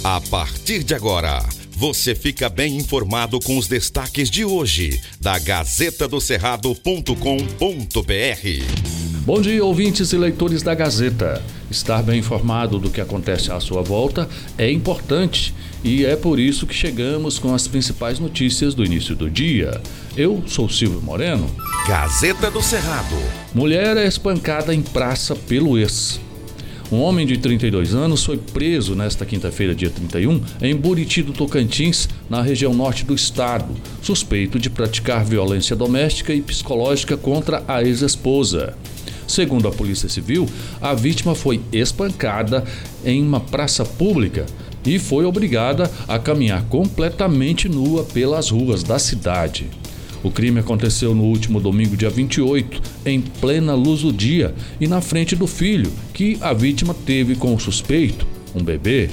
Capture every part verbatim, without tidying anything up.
A partir de agora, você fica bem informado com os destaques de hoje da Gazeta do Cerrado ponto com ponto br. Bom dia, ouvintes e leitores da Gazeta. Estar bem informado do que acontece à sua volta é importante e é por isso que chegamos com as principais notícias do início do dia. Eu sou Silvio Moreno. Gazeta do Cerrado. Mulher é espancada em praça pelo ex. Um homem de trinta e dois anos foi preso nesta quinta-feira, dia trinta e um, em Buriti do Tocantins, na região norte do estado, suspeito de praticar violência doméstica e psicológica contra a ex-esposa. Segundo a Polícia Civil, a vítima foi espancada em uma praça pública e foi obrigada a caminhar completamente nua pelas ruas da cidade. O crime aconteceu no último domingo, dia vinte e oito, em plena luz do dia e na frente do filho, que a vítima teve com o suspeito, um bebê.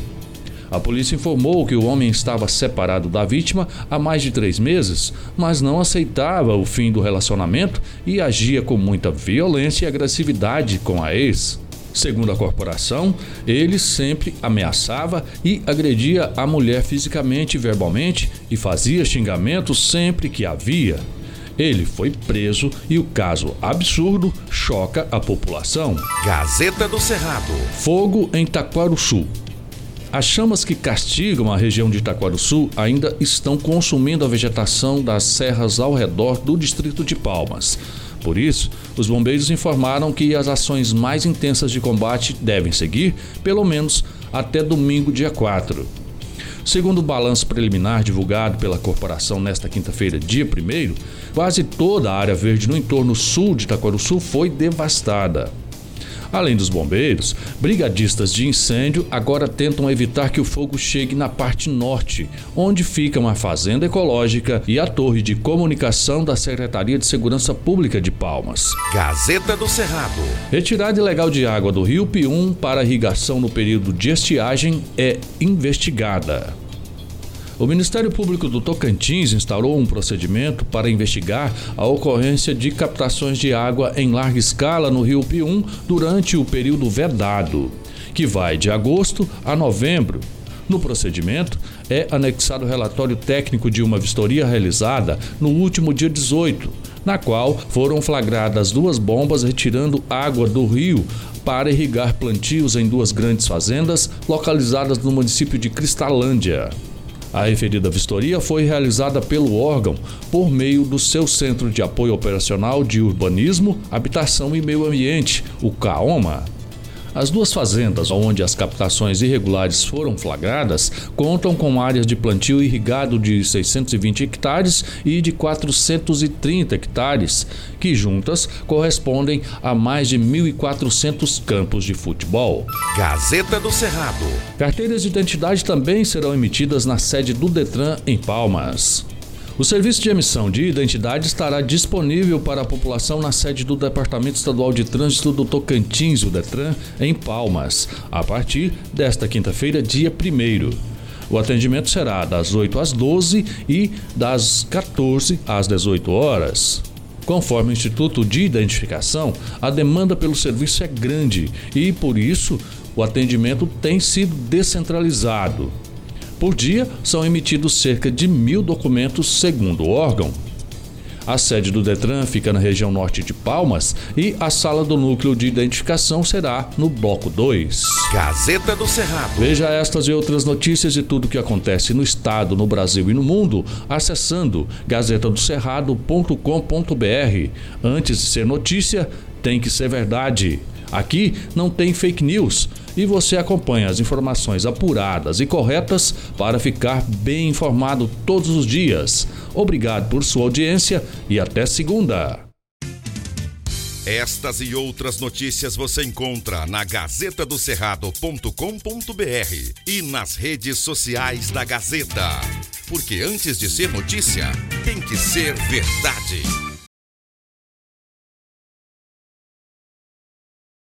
A polícia informou que o homem estava separado da vítima há mais de três meses, mas não aceitava o fim do relacionamento e agia com muita violência e agressividade com a ex. Segundo a corporação, ele sempre ameaçava e agredia a mulher fisicamente e verbalmente e fazia xingamentos sempre que havia. Ele foi preso e o caso absurdo choca a população. Gazeta do Cerrado. Fogo em Taquarussu. As chamas que castigam a região de Taquarussu ainda estão consumindo a vegetação das serras ao redor do distrito de Palmas. Por isso, os bombeiros informaram que as ações mais intensas de combate devem seguir, pelo menos até domingo, dia quatro. Segundo o balanço preliminar divulgado pela corporação nesta quinta-feira, dia primeiro, quase toda a área verde no entorno sul de Taquarussu foi devastada. Além dos bombeiros, brigadistas de incêndio agora tentam evitar que o fogo chegue na parte norte, onde ficam a Fazenda Ecológica e a torre de comunicação da Secretaria de Segurança Pública de Palmas. Gazeta do Cerrado. Retirada ilegal de água do Rio Pium para irrigação no período de estiagem é investigada. O Ministério Público do Tocantins instaurou um procedimento para investigar a ocorrência de captações de água em larga escala no Rio Pium durante o período vedado, que vai de agosto a novembro. No procedimento, é anexado o relatório técnico de uma vistoria realizada no último dia dezoito, na qual foram flagradas duas bombas retirando água do rio para irrigar plantios em duas grandes fazendas localizadas no município de Cristalândia. A referida vistoria foi realizada pelo órgão por meio do seu Centro de Apoio Operacional de Urbanismo, Habitação e Meio Ambiente, o CAOMA. As duas fazendas onde as captações irregulares foram flagradas contam com áreas de plantio irrigado de seiscentos e vinte hectares e de quatrocentos e trinta hectares, que juntas correspondem a mais de mil e quatrocentos campos de futebol. Gazeta do Cerrado. Carteiras de identidade também serão emitidas na sede do Detran em Palmas. O serviço de emissão de identidade estará disponível para a população na sede do Departamento Estadual de Trânsito do Tocantins, o Detran, em Palmas, a partir desta quinta-feira, dia primeiro. O atendimento será das oito às doze e das quatorze às dezoito horas. Conforme o Instituto de Identificação, a demanda pelo serviço é grande e, por isso, o atendimento tem sido descentralizado. Por dia, são emitidos cerca de mil documentos, segundo o órgão. A sede do Detran fica na região norte de Palmas e a sala do núcleo de identificação será no bloco dois. Gazeta do Cerrado. Veja estas e outras notícias e tudo o que acontece no estado, no Brasil e no mundo acessando gazeta do cerrado ponto com ponto br. Antes de ser notícia, tem que ser verdade. Aqui não tem fake news e você acompanha as informações apuradas e corretas para ficar bem informado todos os dias. Obrigado por sua audiência e até segunda. Estas e outras notícias você encontra na gazeta do cerrado ponto com ponto br e nas redes sociais da Gazeta. Porque antes de ser notícia, tem que ser verdade.